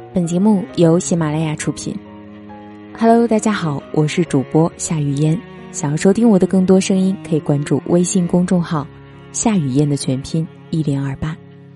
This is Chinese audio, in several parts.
本节目由喜马拉雅出品。Hello， 大家好，我是主播夏雨嫣。想要收听我的更多声音，可以关注微信公众号夏雨嫣的全拼1028。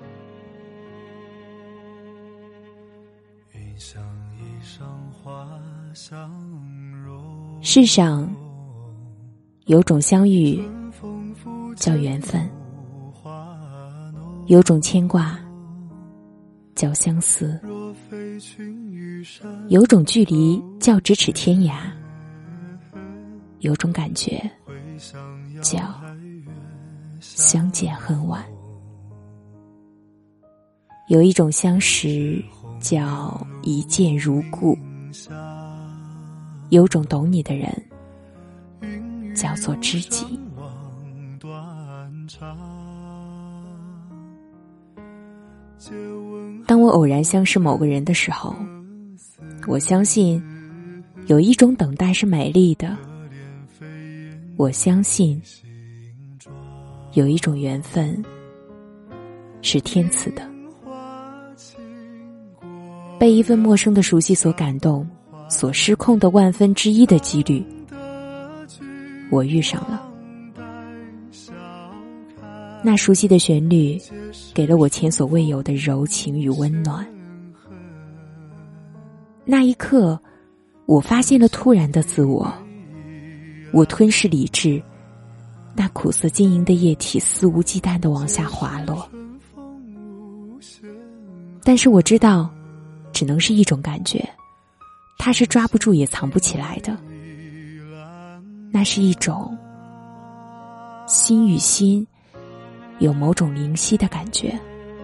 世上有种相遇叫缘分，有种牵挂叫相思，有种距离叫咫尺天涯，有种感觉叫相见恨晚，有一种相识叫一见如故，有种懂你的人叫做知己。当我偶然相识某个人的时候，我相信有一种等待是美丽的，我相信有一种缘分是天赐的。被一份陌生的熟悉所感动，所失控的1/1000的几率，我遇上了。那熟悉的旋律给了我前所未有的柔情与温暖。那一刻，我发现了突然的自我，我吞噬理智，那苦涩晶莹的液体肆无忌惮地往下滑落。但是我知道，只能是一种感觉，它是抓不住也藏不起来的。那是一种心与心有某种灵犀的感觉。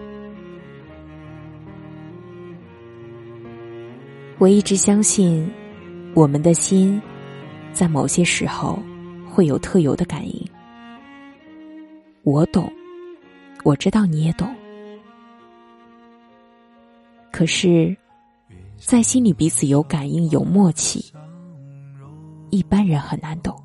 我一直相信，我们的心在某些时候会有特有的感应。我懂，我知道你也懂。可是，在心里彼此有感应、有默契，一般人很难懂。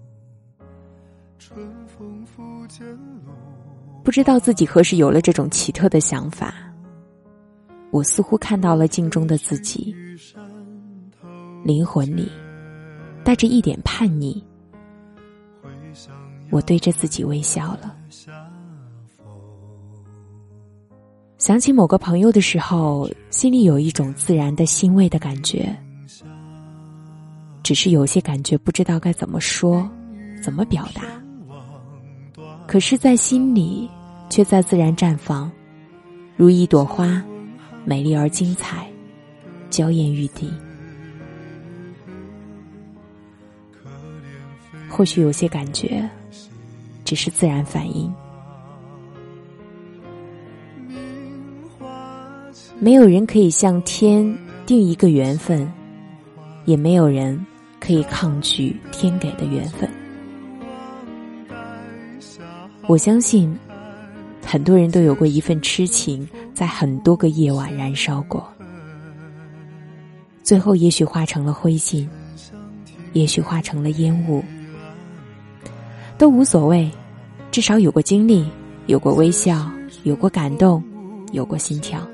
不知道自己何时有了这种奇特的想法，我似乎看到了镜中的自己，灵魂里带着一点叛逆，我对着自己微笑了。想起某个朋友的时候，心里有一种自然的欣慰的感觉，只是有些感觉不知道该怎么说，怎么表达，可是在心里却在自然绽放，如一朵花，美丽而精彩，娇艳欲滴。或许有些感觉只是自然反应，没有人可以向天定一个缘分，也没有人可以抗拒天给的缘分。我相信很多人都有过一份痴情，在很多个夜晚燃烧过，最后也许化成了灰烬，也许化成了烟雾，都无所谓，至少有过经历，有过微笑，有过感动，有过心跳。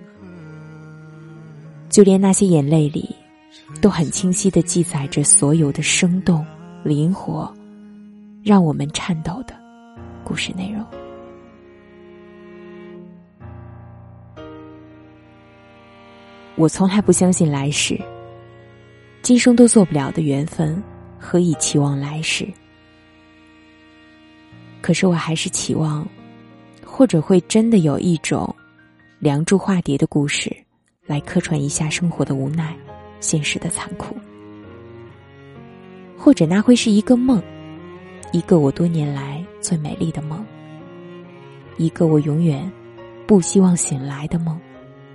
就连那些眼泪里都很清晰地记载着所有的生动、灵活，让我们颤抖的故事内容。我从来不相信来世，今生都做不了的缘分，何以期望来世？可是我还是期望，或者会真的有一种梁祝化蝶的故事，来客串一下生活的无奈，现实的残酷。或者那会是一个梦，一个我多年来最美丽的梦，一个我永远不希望醒来的梦。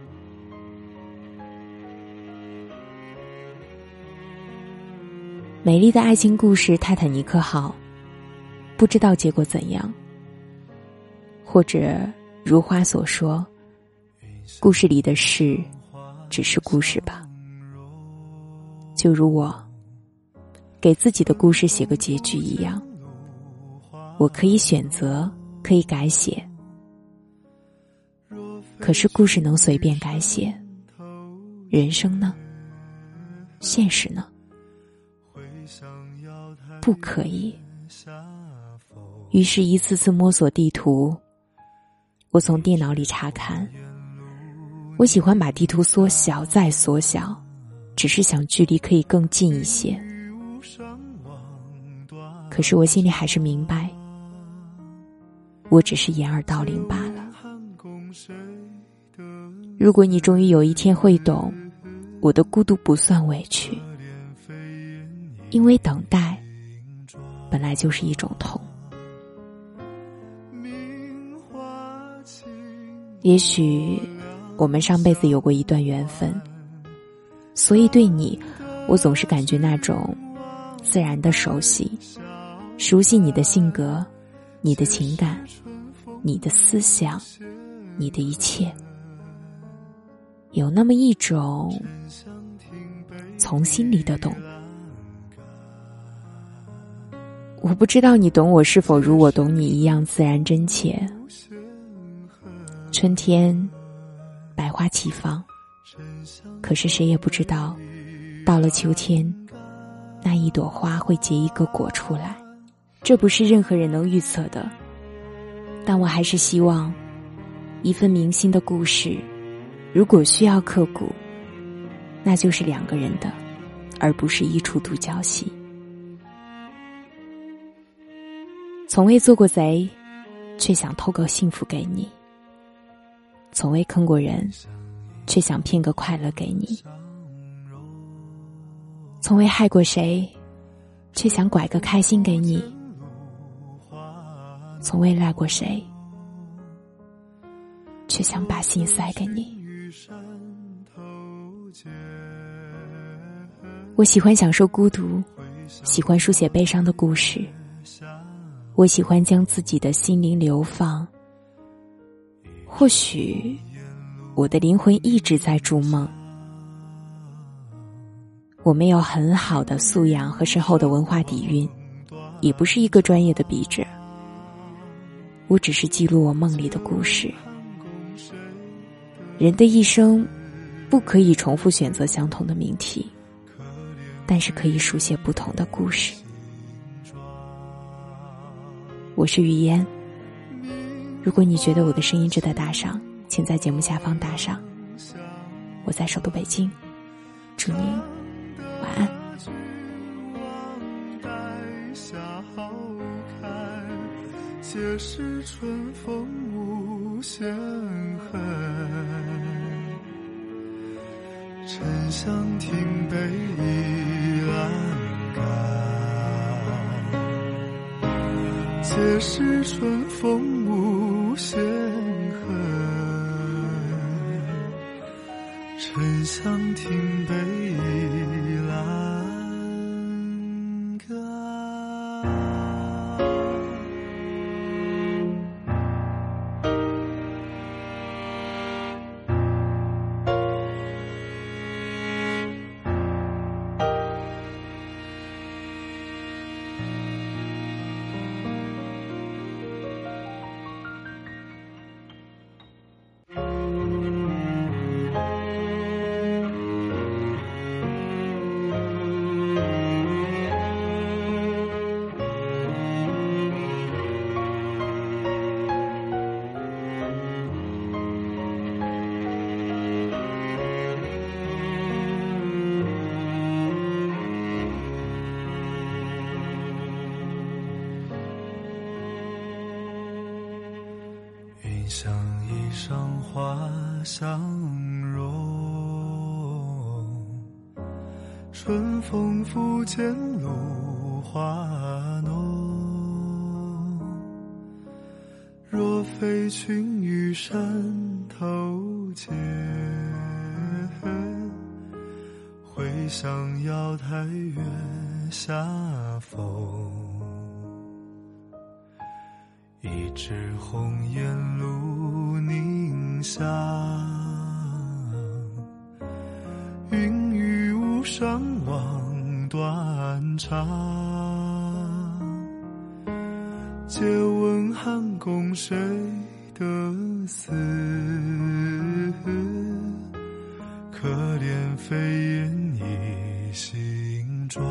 美丽的爱情故事泰坦尼克号，不知道结果怎样。或者如花所说，故事里的事只是故事吧。就如我给自己的故事写个结局一样，我可以选择，可以改写，可是故事能随便改写， 人生呢？现实呢？不可以。于是一次次摸索地图，我从电脑里查看，我喜欢把地图缩小再缩小，只是想距离可以更近一些。可是我心里还是明白，我只是掩耳盗铃罢了。如果你终于有一天会懂，我的孤独不算委屈，因为等待本来就是一种痛。也许我们上辈子有过一段缘分，所以对你，我总是感觉那种自然的熟悉，熟悉你的性格，你的情感，你的思想，你的一切。有那么一种从心里的懂。我不知道你懂我是否如我懂你一样自然真切。春天百花齐放，可是谁也不知道到了秋天，那一朵花会结一个果出来，这不是任何人能预测的。但我还是希望一份明星的故事，如果需要刻骨，那就是两个人的，而不是一出独角戏。从未做过贼，却想偷个幸福给你；从未坑过人，却想骗个快乐给你；从未害过谁，却想拐个开心给你；从未赖过谁，却想把心塞给你。我喜欢享受孤独，喜欢书写悲伤的故事，我喜欢将自己的心灵流放。或许我的灵魂一直在筑梦，我没有很好的素养和深厚的文化底蕴，也不是一个专业的笔者，我只是记录我梦里的故事。人的一生不可以重复选择相同的命题，但是可以书写不同的故事。我是雨嫣，如果你觉得我的声音值得打赏，请在节目下方打赏。我在首都北京，祝你晚安。 皆是春风无限恨，沉香亭北倚栏杆，皆是春风无限恨，沉香亭北倚栏杆。像一场花相融，春风拂槛露华浓。若非群玉山头见，会向瑶台月下逢。一枝红颜露凝香，云雨巫山望断肠。借问汉宫谁得似？ 可怜飞燕倚新妆。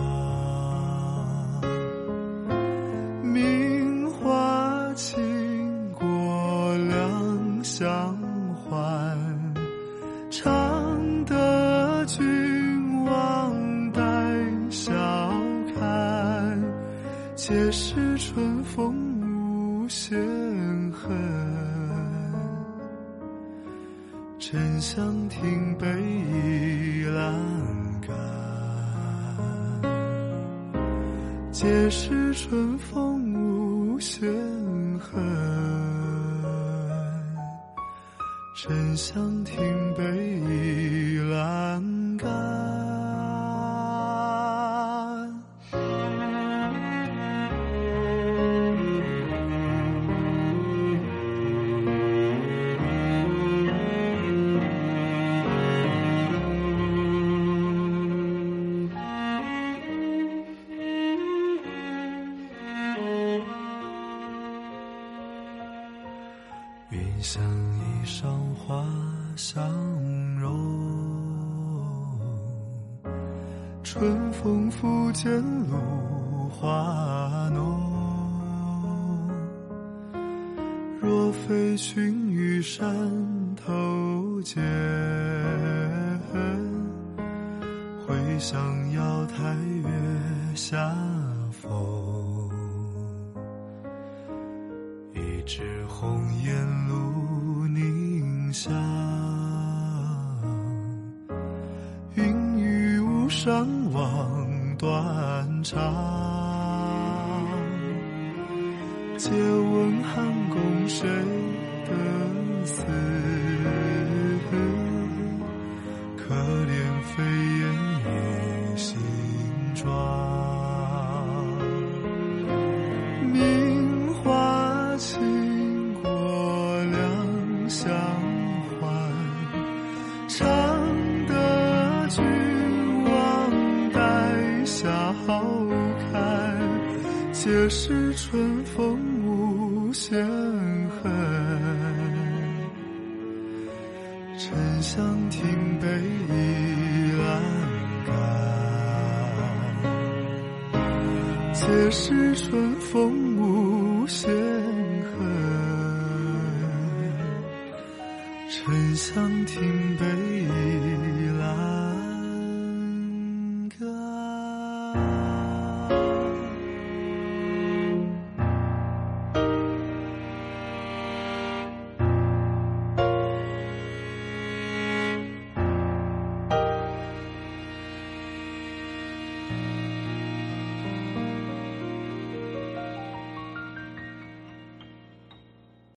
名花倾国两相还，常得君王带笑看，皆是春风无限恨。沉香亭北倚阑干，皆是春风无限恨。沉香亭北倚阑干。云想衣裳花相融，春风拂槛露华浓。若非群玉山头见，会向瑶台月下逢。一枝红艳露凝香，云雨巫山望断肠。借问汉宫谁得似？可怜飞燕倚新妆。名花倾国两相还，常得君王带笑看，皆是春风无限恨。沉香亭北倚阑干，皆是春风无限恨。沉香亭北倚